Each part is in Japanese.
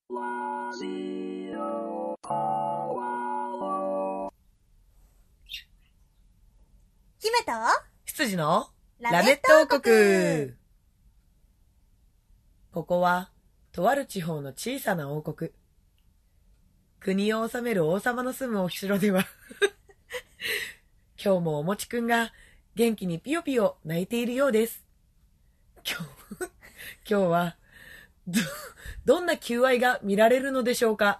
ラジオポア姫と羊のラメット王国。 ここはとある地方の小さな王国。国を治める王様の住むお城では今日もおもちくんが元気にピヨピヨ泣いているようです。今日はどんな求愛が見られるのでしょうか。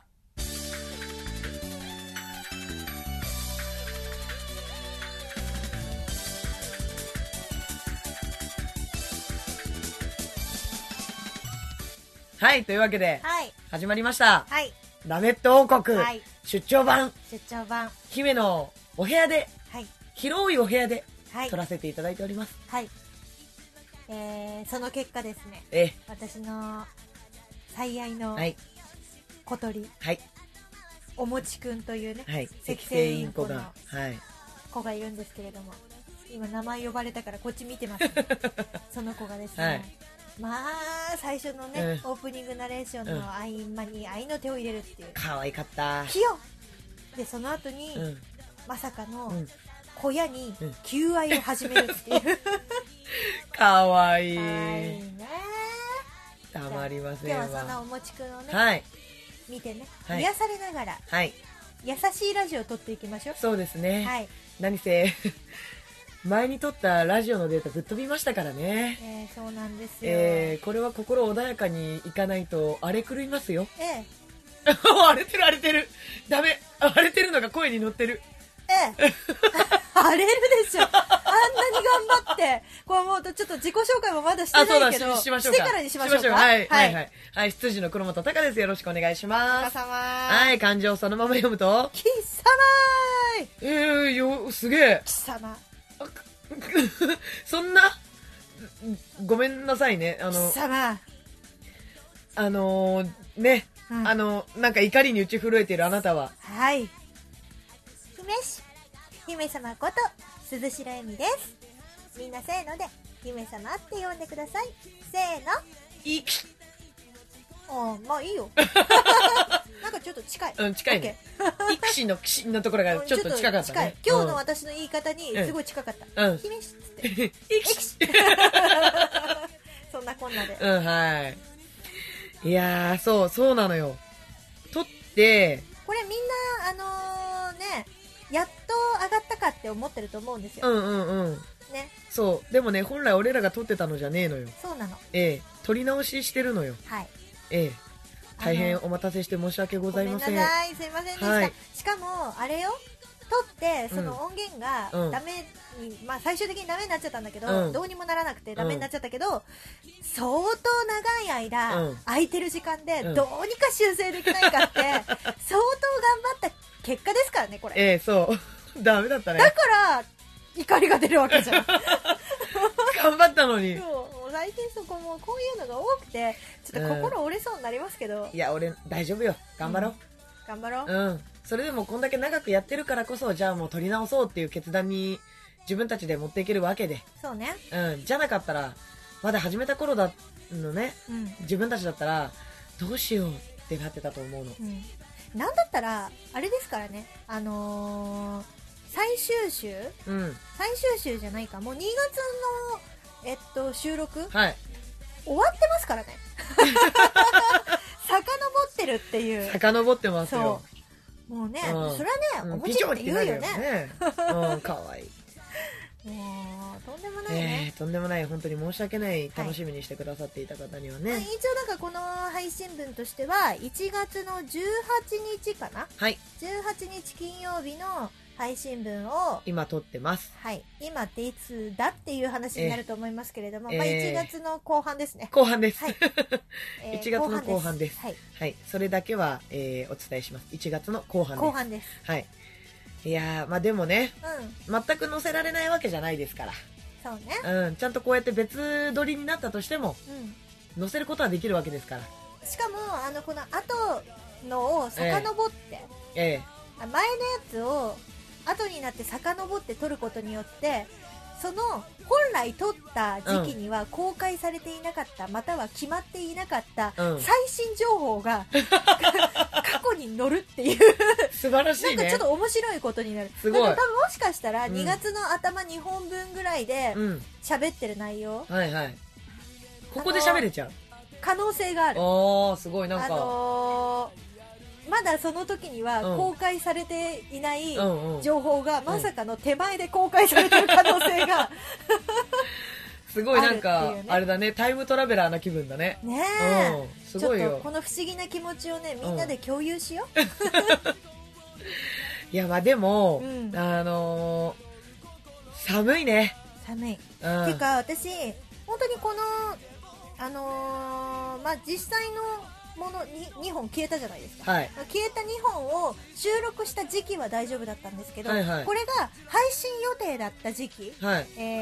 はい、というわけではい始まりましたはいラメット王国、 はい出張版出張版姫のお部屋で、 はい広いお部屋ではい撮らせていただいております。 はいその結果ですね、私の最愛のはい小鳥、 はいおもちくんというね、 はい赤赤星インコの星インコがはい子がいるんですけれども、今名前呼ばれたからこっち見てます、ね、その子がですね、 はいまあ最初のね、 うんオープニングナレーションの合間に愛の手を入れるっていう可愛かった。 キヨでその後に、 うんまさかのうん小屋にうん求愛を始めるっていう可愛いはいね。 たまりません今日はそんなわ。 おもちくんをね、 はい見てね、 はい癒されながらはい優しいラジオを撮っていきましょう。 そうですね、 はい、 何せ前に撮ったラジオのデータぶっ飛びましたからね。 そうなんですよ。 これは心穏やかにいかないと荒れ狂いますよ。 え荒れてる荒れてる、ダメ、荒れてるのが声に乗ってる。 荒れるでしょ。あんなに頑張ってこれもうちょっと自己紹介もまだしてあ、そうだ、 ないけど、 しましょうか。 してからにしましょうか。 はいはいはいはい、羊の黒本隆です。よろしくお願いします。 様はい、漢字をそのまま読むと、 貴様すげえ。 貴様そんな、ごめんなさいね。 貴様ね、 うんなんか怒りに打ち震えているあなたは。 はい姫様こと鈴代恵美です。みんなせーので姫様って呼んでください。せーの。 いまあいいよなんかちょっと近い。 うん、近いね。イクシのキシのところがちょっと近かったね。 今日の私の言い方にすごい近かった。 うん。 姫しっつってイクシそんなこんなで。 うん、はい。いやー、そうなのよ。撮って、 これみんなね、やっと上がったかって思ってると思うんですよ。 うん。 ね。 そう。でもね、本来俺らが撮ってたのじゃねえのよ。 そうなの。 撮り直ししてるのよ。 はい。 大変お待たせして申し訳ございません。 ごめんなさい、すいませんでした。 はいしかもあれよ、撮ってその音源がうんダメに、まあ最終的にダメになっちゃったんだけど、 うんどうにもならなくてダメになっちゃったけど、相当長い間、 うん空いてる時間でうんどうにか修正できないかって相当頑張った結果ですからね、これ。 そう。ダメだったね。 だから怒りが出るわけじゃん。 頑張ったのに。 そうもう最近そこもこういうのが多くてちょっと心折れそうになりますけど、 いや、俺、大丈夫よ。頑張ろう。 頑張ろう。 うん。それでもこんだけ長くやってるからこそ、じゃあもう撮り直そうっていう決断に自分たちで持っていけるわけで。 そうね。 じゃなかったら、まだ始めた頃だのね、 うん。 自分たちだったら、どうしようってなってたと思うの。 なんだったらあれですからね、最終週じゃないか、もう2月の収録はい。 終わってますからね。遡ってるっていう。 遡ってますよ。 もうね、 うんそれはね、おもちって言うよね。 かわいい。 もうとんでもないね。 とんでもない。本当に申し訳ない。楽しみにしてくださっていた方にはね。 一応なんかこの配信分としては1月の18日かな、 はい。 18日金曜日の配信分を今撮ってます。 はい、今っていつだっていう話になると思いますけれども、 まあ 1月の後半ですね。 後半です。 はい 1月の後半です。 はい、 はい。それだけは、お伝えします。1月の後半です。 後半です。 はい。いやー、まあでもね、 うん、 全く載せられないわけじゃないですから。 そうね。 ちゃんとこうやって別撮りになったとしても、載せることはできるわけですから。 しかもこの後のを遡って、前のやつを後になって遡って撮ることによってその本来撮った時期には公開されていなかった、または決まっていなかったうん最新情報が過去に載るっていう素晴らしね。 ないんかちょっと面白いことになる。 すごいだから多分もしかしたらうん 2月の頭2本分ぐらいでうん。 喋ってる内容、 はいはい。ここで喋れちゃう。 可能性がある。 おー、すごい、なんか。 まだその時にはうん公開されていないうんうん。 情報がまさかの手前で公開されてる可能性がすごいなんあか、 るっていうねあれだね、タイムトラベラーな気分だね。 ねうんえ、 すごいよちょっとこの不思議な気持ちをねみんなで共有しよいや、まあでも、 うん寒いね。 う、寒い。 うん。 てか私本当にこのまあ実際のものに2本消えたじゃないですか、 はい。 消えた2本を収録した時期は大丈夫だったんですけど、 はいはいこれが配信予定だった時期、 はい。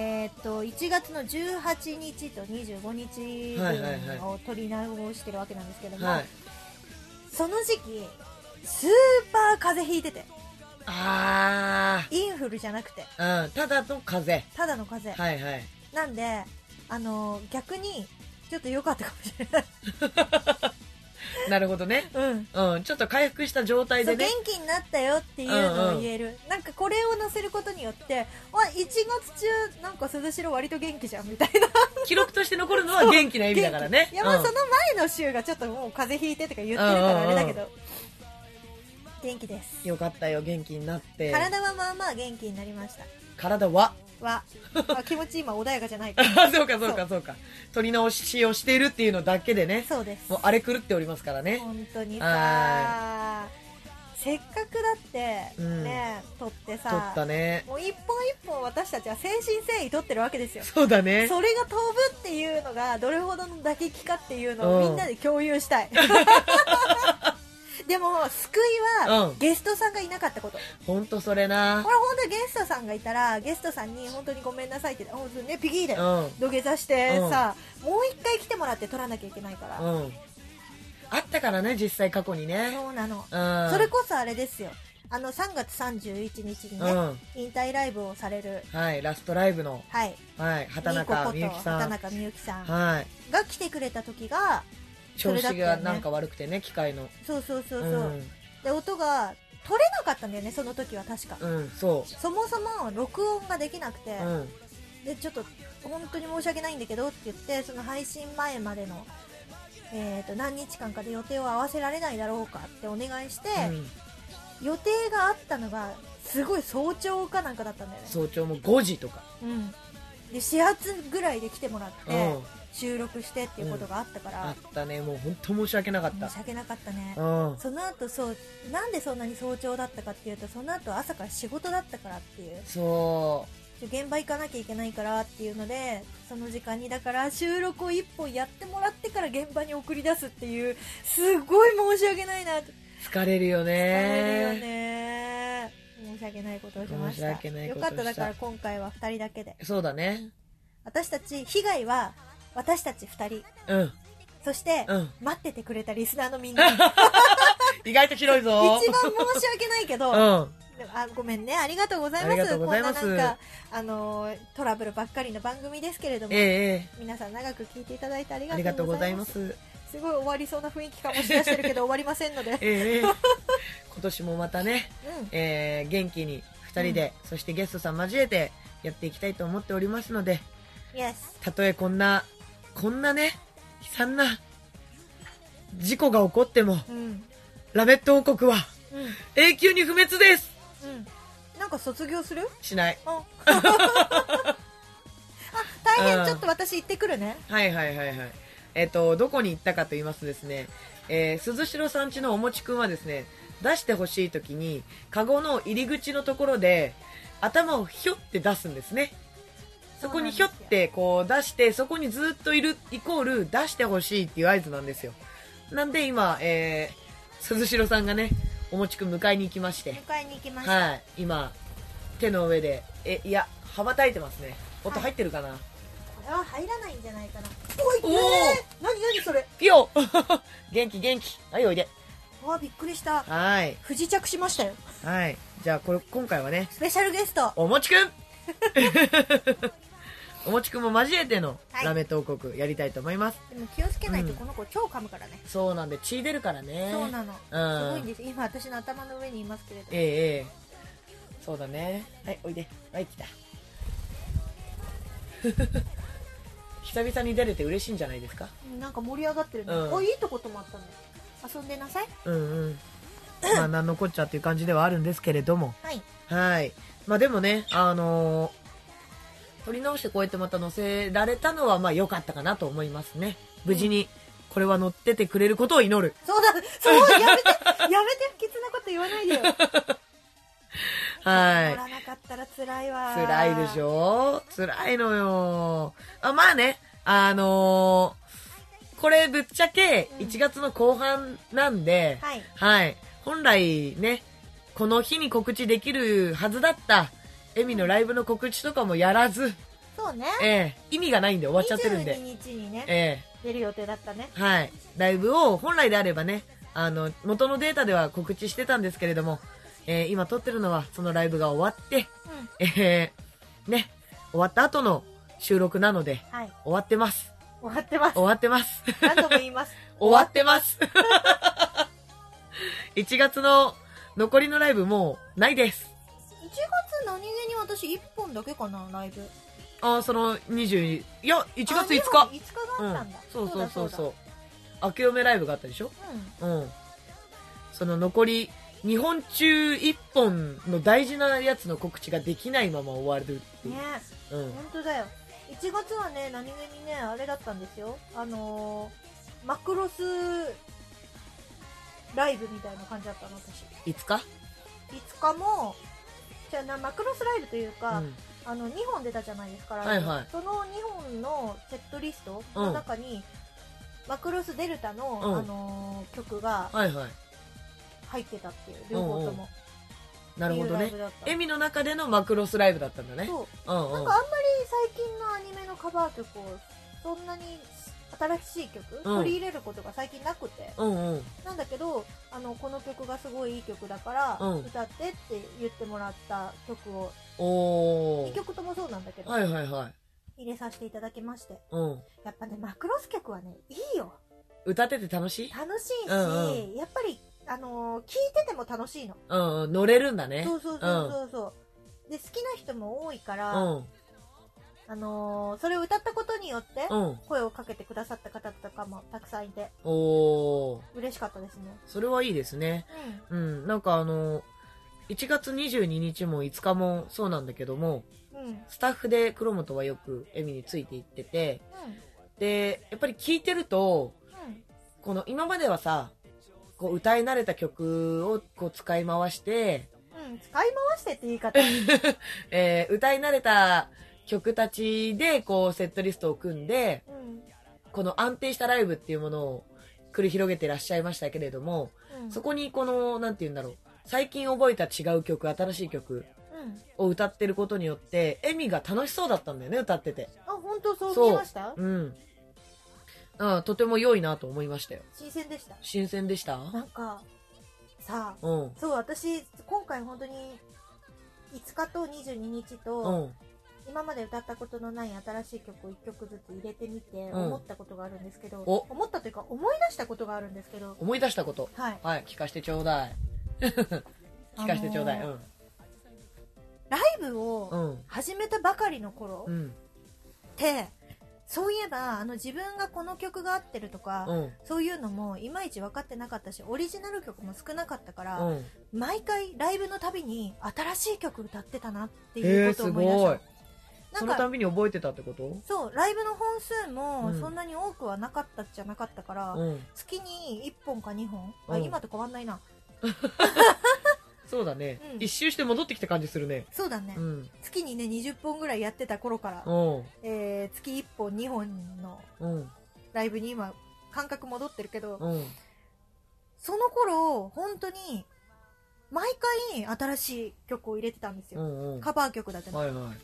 1月の18日と25日はいはいはい分を取り直してるわけなんですけども、 はい。 その時期スーパー風邪ひいてて、インフルじゃなくてうん。ただの風ただの風邪、 はいはい。 なんで逆にちょっと良かったかもしれないなるほどね。 うんうん。ちょっと回復した状態そう元でね。 気になったよっていうのを言える、なんかこれを載せることによって1月中なんか鈴代割と元気じゃんみたいな記録として残るのは元気な意味だからね。 いやまあうんその前の週がちょっともう風邪ひいてとか言ってるからあれだけど、元気です。 よかったよ、元気になって。 体はまあまあ元気になりました体はまあ気持ち今穏やかじゃないからあ、そうかそうかそうか。取り直しをしているっていうのだけでね。 そうですもう荒れ狂っておりますからね。 本当にさはせっかくだってうんね、撮ってさ取ったね。 もう一本一本私たちは誠心誠意撮ってるわけですよ。 そうだね。 それが飛ぶっていうのがどれほどの打撃かっていうのをみんなで共有したいでも救いは、 うんゲストさんがいなかったこと。 ほんとそれなこ。れ本当にゲストさんがいたらゲストさんに本当にごめんなさいって本当にねピギーでうん。 土下座してさ、もう一回来てもらって撮らなきゃいけないから、 うん。あったからね、実際過去にね。 そうなの、 うん。 それこそあれですよ、3月31日にね、 うん。 引退ライブをされる、 はい、ラストライブの、 はい、 はい、畑中みゆきさん。 畑中みゆきさんはい。 が来てくれた時がそ調子れだったよねがなんか悪くてね、機械の。 そうそうそうそう、 うん。 で音が取れなかったんだよねその時は確か、 うん、そそもそも録音ができなくて、 う。うん。 でちょっと本当に申し訳ないんだけどって言って、その配信前までの、何日間かで予定を合わせられないだろうかってお願いして、予定があったのがすごい早朝かなんかだったんだよね。 早朝も5時とか。 うんで始発ぐらいで来てもらって、 うん。 収録してっていうことがあったから、 あったね、もう本当申し訳なかった申し。訳なかったね、 うん。 その後そうなんでそんなに早朝だったかっていうと、その後朝から仕事だったからっていう、 そ現場行かなきゃいけないからっていうので、その時間にだから収録を1本やってもらってから現場に送り出すっていう、すごい申し訳ないなってう。疲れるよ疲れるよね。 ね。申し訳ないことをしました。 申し訳ないよことをしたかった、だから今回は2人だけで、 そうだね。 私たち被害は私たち2人、 うん。 そして、 うん。 待っててくれたリスナーのみんな、 意外と広いぞ。 一番申し訳ないけど、 うん。 ごめんね、ありがとうございます。 ありがとうございますこんななんか、トラブルばっかりの番組ですけれども、 ええ皆さん長く聞いていただいてありありがとうごがとうございま。 ざいますす。 すごい終わりそうな雰囲気かもしれしてるけど終わりませんので、 ええ今年もまたね、 うん、 元気に2人で、そしてゲストさん交えてやっていきたいと思っておりますので、 イエス、 たとえこんなね、悲惨な事故が起こっても、 うん、 ラメット王国はうん、 永久に不滅です。 うん。なんか卒業する？ しない。 あ、あ大変、 うんちょっと私行ってくるね。 はいはいはいはい。どこに行ったかと言いますとですね、鈴代さんちのおもちくんはですね、出してほしいときに、カゴの入り口のところで、頭をひょって出すんですね。そこにひょってこう出して、そこにずっといる、イコール出してほしいっていう合図なんですよ。なんで今、鈴代さんがね、おもちくん迎えに行きまして、 迎えに行きました。 はい、今、手の上で、いや、羽ばたいてますね。音入ってるかな、 これは入らないんじゃないかな。おい、 おー何それ。 ピヨ元気元気。はい、おいで。 わあ、びっくりした。 はい。 不時着しましたよ。 はい。じゃあ、今回はね、 スペシャルゲスト、 おもちくんおもちくんも交えてのはいラメット王国やりたいと思います。 でも気をつけないとこの子超噛むからね。 そうなんで、血出るからね。 そうなの。 うんすごいんです。今私の頭の上にいますけれど。 ええええ。そうだね。はい、おいで。はい、来た。久々に出れて嬉しいんじゃないですか。 なんか盛り上がってるね。 うんお、いいとこ泊まったね。遊んでなさい。 うんうん。まあ、なんのこっちゃっていう感じではあるんですけれども。 はい。 はい。まあでもね、撮り直してこうやってまた載せられたのはまあ良かったかなと思いますね。無事にこれは載っててくれることを祈る。 そうだ、そう、やめて、やめて、不吉なこと言わないでよ。 はい乗らなかったら辛いわ。 辛いでしょ、辛いのよ。まあね、これぶっちゃけ1月の後半なんで、 はい。 はい。本来ね、この日に告知できるはずだったエミのライブの告知とかもやらず、 そうね。 意味がないんで終わっちゃってるんで。 22日にね、 え出る予定だったね。 はい。ライブを本来であればね、元のデータでは告知してたんですけれども、今撮ってるのはそのライブが終わって、 うん。 ね、終わった後の収録なので、 はい。 終わってます。 終わってます。 終わってます。 何度も言います。 終わってます。1月の残りのライブもうないです。 1月何気に私1本だけかな、ライブ。 その20、いや、1月5日。 5日があったんだ。 そうそうそうだそう。明けおめライブがあったでしょ。うん。その残り2本中1本の大事なやつの告知ができないまま終わるっていう。 ねうん。 本当だよ。1月はね、何気にね、あれだったんですよ。マクロスライブみたいな感じだったの、私。 いつか 5日も、じゃあマクロスライブというか、 うん。 2本出たじゃないですか、 はいはいその2本のセットリストの中に、マクロスデルタの、曲がはいはい。 入ってたっていう、両方とも。 なるほどねっていうライブだったエミの中でのマクロスライブだったんだね。 そう。 うんうん。 なんかあんまり最近のアニメのカバー曲をそんなに新しい曲、取り入れることが最近なくて、 うんうん。 なんだけどこの曲がすごいいい曲だから、 うん歌ってって言ってもらった曲をおー。 2曲ともそうなんだけど、 はいはいはい。 入れさせていただきまして、 うん。 やっぱねマクロス曲はねいいよ、 歌ってて楽しい？ 楽しいし、 うんやっぱり聴いてても楽しいの。 うんうん。乗れるんだね。 そうそうそうそう、で好きな人も多いから、 うん。 それを歌ったことによって、 うん。 声をかけてくださった方とかもたくさんいておー。 嬉しかったですね。 それはいいですね。うん。なんか1月22日も5日もそうなんだけども、 うんうんスタッフで黒本はよくエミについていってて、で、やっぱり聴いてると、この今まではさ、こう歌い慣れた曲をこう使い回して、 使い回してって言い方歌い慣れた曲たちでこうセットリストを組んで、この安定したライブっていうものを繰り広げてらっしゃいましたけれども、そこにこの、なんて言うんだろう、最近覚えた違う曲、新しい曲を歌ってることによって、エミが楽しそうだったんだよね、歌ってて。 あ、本当そう見えました？ うん。とても良いなと思いましたよ。 新鮮でした。 新鮮でしたなんかさあ、 うん。 そう私今回本当に5日と22日うと、 ん。 今まで歌ったことのない新しい曲を1曲ずつ入れてみてん思ったことがあるんですけど、 お思ったというか思い出したことがあるんですけど、 思い出したこと。 はい、 はい、聞かせてちょうだい。聞かせてちょうだい。 ライブうをん。 始めたばかりの頃っうん。 て、そういえば自分がこの曲が合ってるとか、 うん。 そういうのもいまいち分かってなかったし、オリジナル曲も少なかったから、 うん。 毎回ライブのたびに新しい曲歌ってたなっていうことを思い出したの。 すごい。そのたびに覚えてたってことそう、ライブの本数もうんそんなに多くはなかったじゃなかったから、 うん。 月に1本か2本、 うん今と変わんないな。 そうだね、 うん一周して戻ってきた感じするね。 そうだね、 うん。 月にね20本ぐらいやってた頃から、 うん。 月1本2本のうん。 ライブに今感覚戻ってるけど、 うん。 その頃本当に毎回新しい曲を入れてたんですよ、 うん。 カバー曲だってね、 はいはい。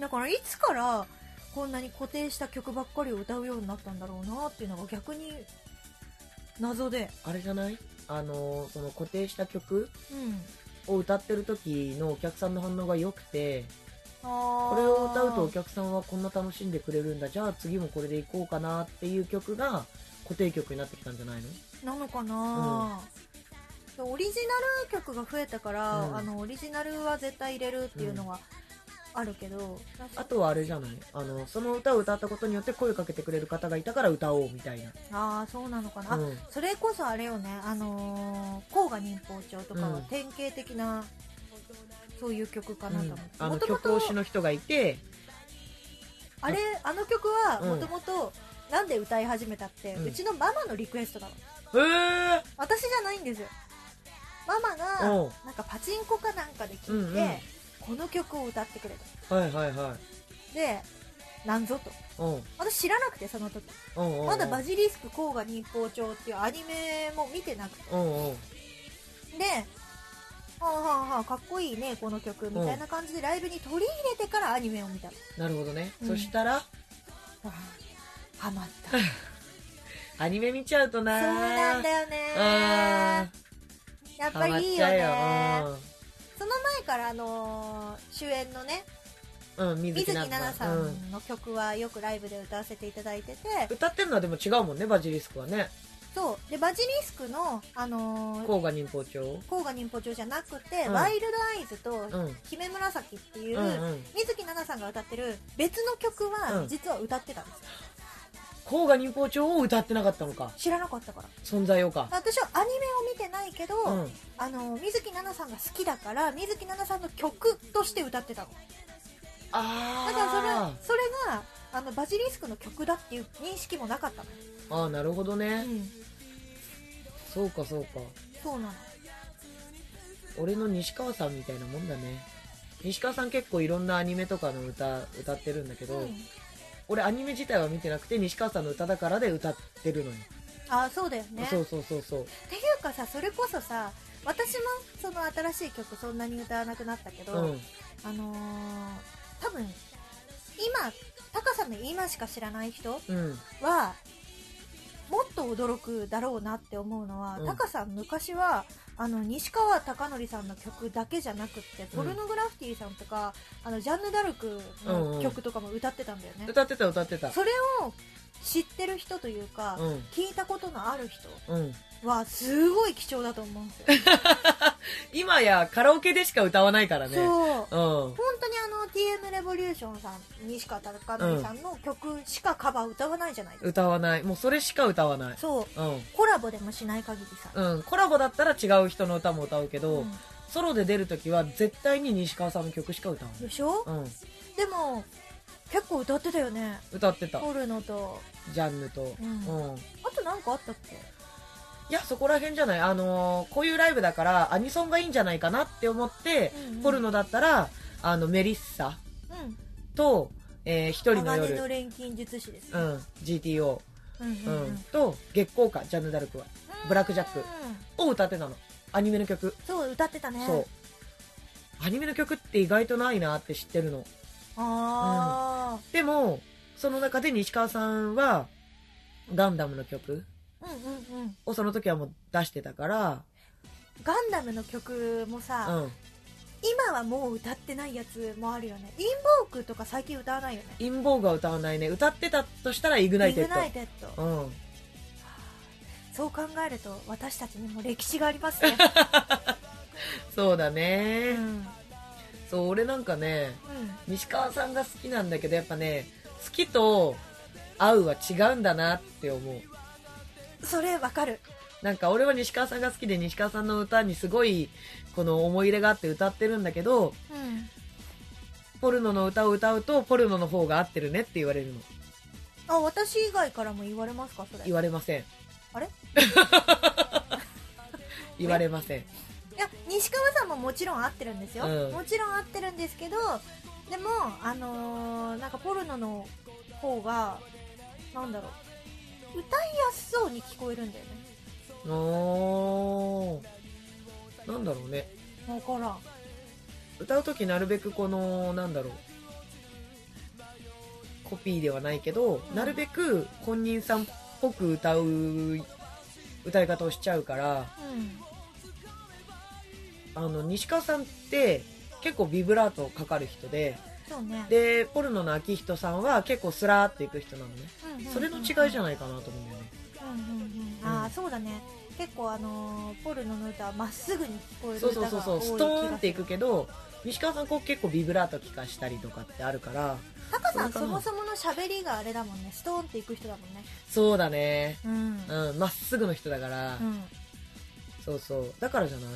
だからいつからこんなに固定した曲ばっかりを歌うようになったんだろうなっていうのが逆に謎で、 あれじゃない？その固定した曲うんを歌ってる時のお客さんの反応が良くて、 これを歌うとお客さんはこんな楽しんでくれるんだ、じゃあ次もこれでいこうかなっていう曲が固定曲になってきたんじゃないの？ なのかな、オリジナル曲が増えたから、オリジナルは絶対入れるっていうのはあるけど、 あとはあれじゃない、その歌を歌ったことによって声をかけてくれる方がいたから歌おうみたいな。 そうなのかな、それこそあれよね、甲賀忍法帳とかは典型的な、そういう曲かなと思って、 曲推しの人がいて、 あの曲はもともとなんで歌い始めたって、うちのママのリクエストなの。私じゃないんですよ。ママがなんかパチンコかなんかで聞いて、この曲を歌ってくれと。で、なんぞと。私知らなくて、その時。まだバジリスク甲賀忍法帳っていうアニメも見てなくて。で、かっこいいねこの曲みたいな感じでライブに取り入れてからアニメを見たの。 なるほどね。そしたらハマった。 アニメ見ちゃうとな。 そうなんだよね。やっぱりいいよね。その前から主演のね、水木奈々さんの曲はよくライブで歌わせていただいてて、 歌ってるのはでも違うもんね、バジリスクはね。 そうで、バジリスクの甲賀忍法帳じゃなくて、ワイルドアイズと姫紫っていう、水木奈々さんが歌ってる別の曲は実は歌ってたんですよ。 甲賀忍法帳を歌ってなかったのか。 知らなかったから、 存在をか。 私はアニメを見てないけど、水木奈々さんが好きだから水木奈々さんの曲として歌ってたの。だからそれがバジリスクの曲だっていう認識もなかったの。 なるほどね、そうか。そうなの。俺の西川さんみたいなもんだね。西川さん結構いろんなアニメとかの歌ってるんだけど、俺アニメ自体は見てなくて西川さんの歌だからで歌ってるのよ。 そうだよね。 そう。 っていうかさ、それこそさ、私もその新しい曲そんなに歌わなくなったけど、多分今タカさんの今しか知らない人は、もっと驚くだろうなって思うのは、タカさん昔は西川貴教さんの曲だけじゃなくって、ポルノグラフィティさんとかジャンヌ・ダルクの曲とかも歌ってたんだよね。 歌ってた。 それを知ってる人というか、聞いたことのある人はすごい貴重だと思うんですよ。 今やカラオケでしか歌わないからね。 本当にTM レボリューションさん、西川貴教さんの曲しかカバー歌わないじゃないですか。 歌わない。もうそれしか歌わない。 コラボでもしない限りさ。 コラボだったら違う人の歌も歌うけど、ソロで出るときは絶対に西川さんの曲しか歌わない。 でしょ？でも結構歌ってたよね。 歌ってた。 ポルノとジャンヌと、 あとなんかあったっけ？ いや、そこら辺じゃない。こういうライブだからアニソンがいいんじゃないかなって思って、ポルノだったらメリッサと、一人の夜、 鋼の錬金術師です、 GTO、と月光か、ジャンヌ・ダルクはブラックジャックを歌ってたの。アニメの曲。 そう歌ってたね。 アニメの曲って意外とないなって知ってるの。でもその中で西川さんはガンダムの曲をその時はもう出してたから、 ガンダムの曲もさ、今はもう歌ってないやつもあるよね。インボークとか最近歌わないよね。 インボークは歌わないね。歌ってたとしたらイグナイテッド。 そう考えると私たちにも歴史がありますね。 そうだね、そう、俺なんかね、西川さんが好きなんだけど、やっぱね、好きと合うは違うんだなって思う。 それわかる。 なんか俺は西川さんが好きで、西川さんの歌にすごいこの思い入れがあって歌ってるんだけど、ポルノの歌を歌うとポルノの方が合ってるねって言われるの。 私以外からも言われますか？それ言われません。 あれ言われません。 いや、西川さんももちろん合ってるんですよ、もちろん合ってるんですけど、でもなんかポルノの方がなんだろう、歌いやすそうに聞こえるんだよね。 なんだろうね、 分からん。 歌うときなるべくこのなんだろう、コピーではないけど、なるべく本人さんっぽく歌い方をしちゃうから、西川さんって結構ビブラートかかる人で、 そうね。 でポルノの秋人さんは結構スラーっていく人なのね、 うんうんうん、 それの違いじゃないかなと思うんだよね。 ああ、そうだね。結構ポルノの歌はまっすぐに聞こえるそう歌が多い気がする。 ストーンっていくけど、西川さんこう結構ビブラート聞かしたりとかってあるから。 タカさんそもそもの喋りがあれだもんね、ストーンっていく人だもんね。 そうだね、 うんまっすぐの人だから、そうだからじゃない。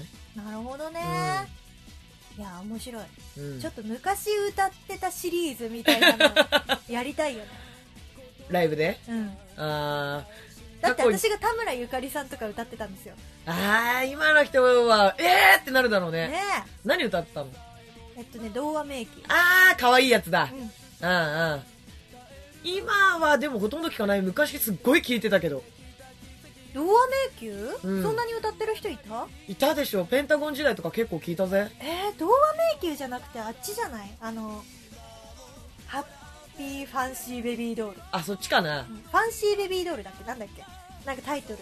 なるほどね、いや面白い、ちょっと昔歌ってたシリーズみたいなのやりたいよね。 ライブで、 だって私が田村ゆかりさんとか歌ってたんですよ。 今の人はってなるだろうね。何歌ってたの？ 童話迷宮。 かわいいやつだ。今はでもほとんど聞かない。昔すっごい聞いてたけど。 童話迷宮、そんなに歌ってる人いた？ いたでしょ。ペンタゴン時代とか結構聞いたぜ。 童話迷宮じゃなくてあっちじゃない？ハッピーファンシーベビードール。 そっちかな。 ファンシーベビードールだっけ？なんだっけ？なんかタイトル。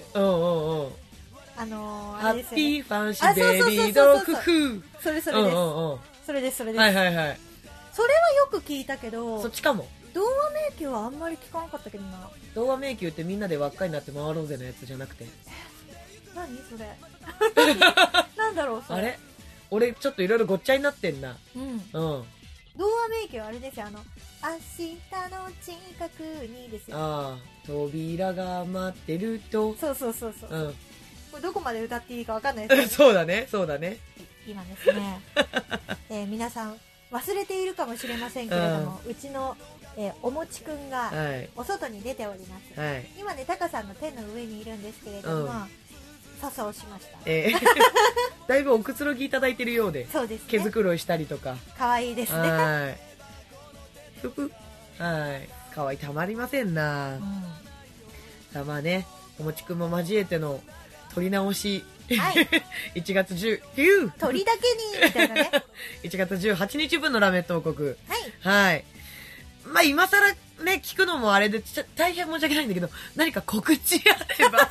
ハッピーファンシーベビードール。 それです。それです。それはよく聞いたけど。 そっちかも。 童話迷宮はあんまり聞かなかったけどな。 童話迷宮ってみんなで輪っかになって回ろうぜのやつじゃなくて。 何それ。なんだろうそれ。 あれ？俺ちょっといろいろごっちゃになってんな。 童話迷宮はあれですよ。明日の近くにですよ。 扉が待ってると。 そう。これどこまで歌っていいかわかんないですけど。そうだね。 今ですね、皆さん忘れているかもしれませんけれども、うちの、おもちくんがお外に出ております。今ね、タカさんの手の上にいるんですけれども、笹をしました。 だいぶおくつろぎいただいてるようで。 そうですね。 毛づくろいしたりとか。 かわいいですね。 かわいい、たまりませんな。まあね、おもちくんも交えての撮り直し。1月10 鳥だけにみたいなね。 1月18日分のラメット王国。まあ今更ね聞くのもあれで大変申し訳ないんだけど、何か告知あれば。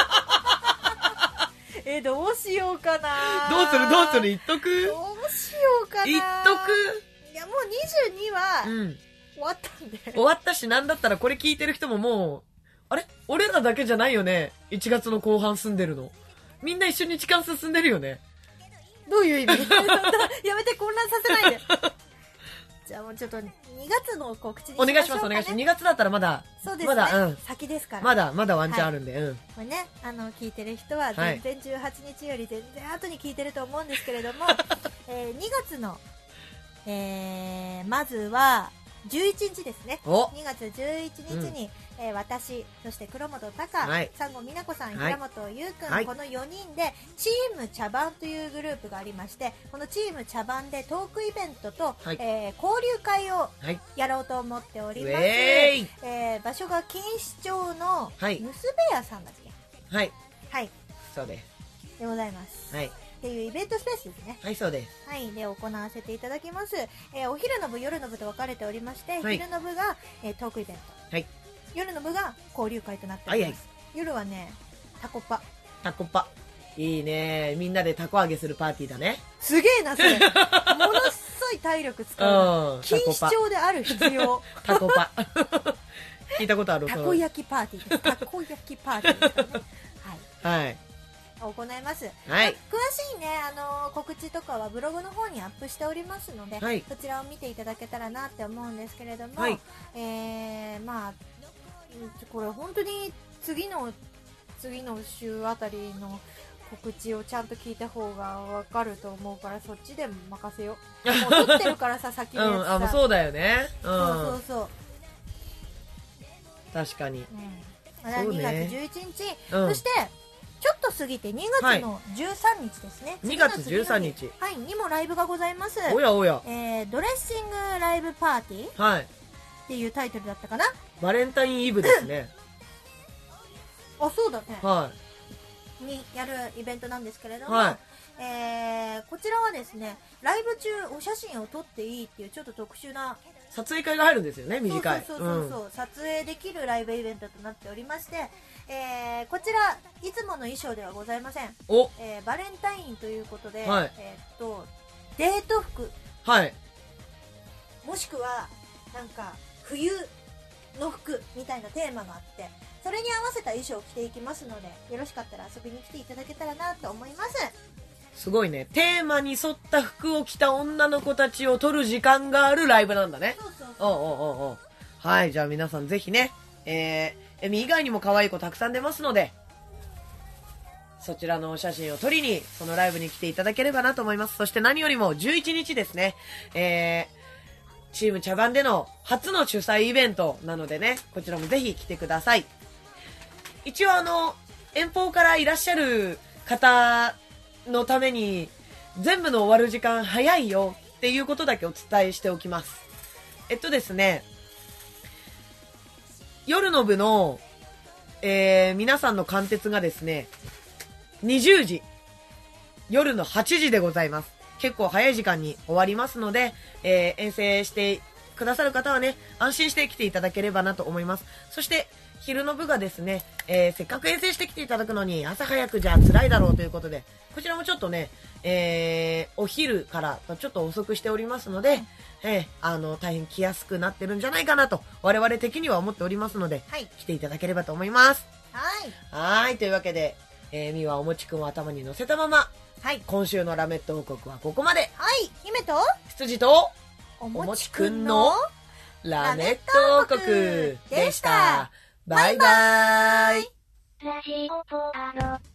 どうしようかな。 どうする言っとく。 どうしようかな。 言っとく。 いやもう22は終わったんで。 終わったし、なんだったらこれ聞いてる人ももうあれ俺らだけじゃないよね。1月の後半住んでるの。みんな一緒に時間進んでるよね。 どういう意味？やめて、混乱させないで。じゃあもうちょっと2月の告知にしましょうかね。 お願いします。2月だったらまだ。 そうですね。まだ、先ですから。 まだワンチャンあるんで。 これね、聞いてる人は全然18日より全然後に聞いてると思うんですけれども、2月の、まずは11日ですね。2月11日に、私、そして黒本隆、三郷美奈子さん、平本優くん、この4人でチーム茶番というグループがありまして、このチーム茶番でトークイベントと、交流会をやろうと思っております。場所が錦糸町の結べ屋さんだっけ？ そうです。 でございます。っていうイベントスペースですね。 そうです。 で行わせていただきます。お昼の部、夜の部と分かれておりまして、昼の部が、トークイベント。夜の部が交流会となっております。夜はね、タコパ。 いいね。みんなでタコ揚げするパーティーだね。 すげえな、それ。ものすごい体力使う。錦糸町である必要。 タコパ。聞いたことある。 たこ焼きパーティーです。たこ焼きパーティーですからね。行います。詳しいね、告知とかはブログの方にアップしておりますので、そちらを見ていただけたらなって思うんですけれども、まあこれ本当に次の週あたりの告知をちゃんと聞いた方がわかると思うから、そっちでも任せよう。もう撮ってるからさ、先のやつさ。 そうだよね。 そう確かに。 2月11日、そしてちょっと過ぎて2月の13日ですね。 2月13日にもライブがございます。 おやおや。 ドレッシングライブパーティーっていうタイトルだったかな。 バレンタインイブですね。 そうだね。にやるイベントなんですけれども、こちらはですね、ライブ中お写真を撮っていいっていうちょっと特殊な撮影会が入るんですよね。短い。 そう撮影できるライブイベントとなっておりまして、こちらいつもの衣装ではございません。バレンタインということで、デート服もしくはなんか冬の服みたいなテーマがあって、それに合わせた衣装を着ていきますので、よろしかったら遊びに来ていただけたらなと思います。 すごいね。テーマに沿った服を着た女の子たちを撮る時間があるライブなんだね。 そうそうおうおうおうおう。はい、じゃあ皆さんぜひね、エミ以外にも可愛い子たくさん出ますので、そちらのお写真を撮りに、そのライブに来ていただければなと思います。そして何よりも11日ですね、チーム茶番での初の主催イベントなのでね、こちらもぜひ来てください。一応遠方からいらっしゃる方のために、全部の終わる時間早いよっていうことだけお伝えしておきます。ですね、夜の部の、皆さんの貫徹がですね、20時、夜の8時でございます。結構早い時間に終わりますので、遠征してくださる方はね、安心して来ていただければなと思います。そして昼の部がですね、せっかく遠征してきていただくのに朝早くじゃ辛いだろうということで、こちらもちょっとね、お昼からちょっと遅くしておりますので、大変来やすくなってるんじゃないかなと我々的には思っておりますので、 はい、 来ていただければと思います。 はい。 というわけで、みはおもちくんを頭に乗せたまま、 はい。 今週のラメット王国はここまで。 はい。姫と羊とおおもちもちくんのくんのラメット王国でした。バイバーイ。 ラジオポアド。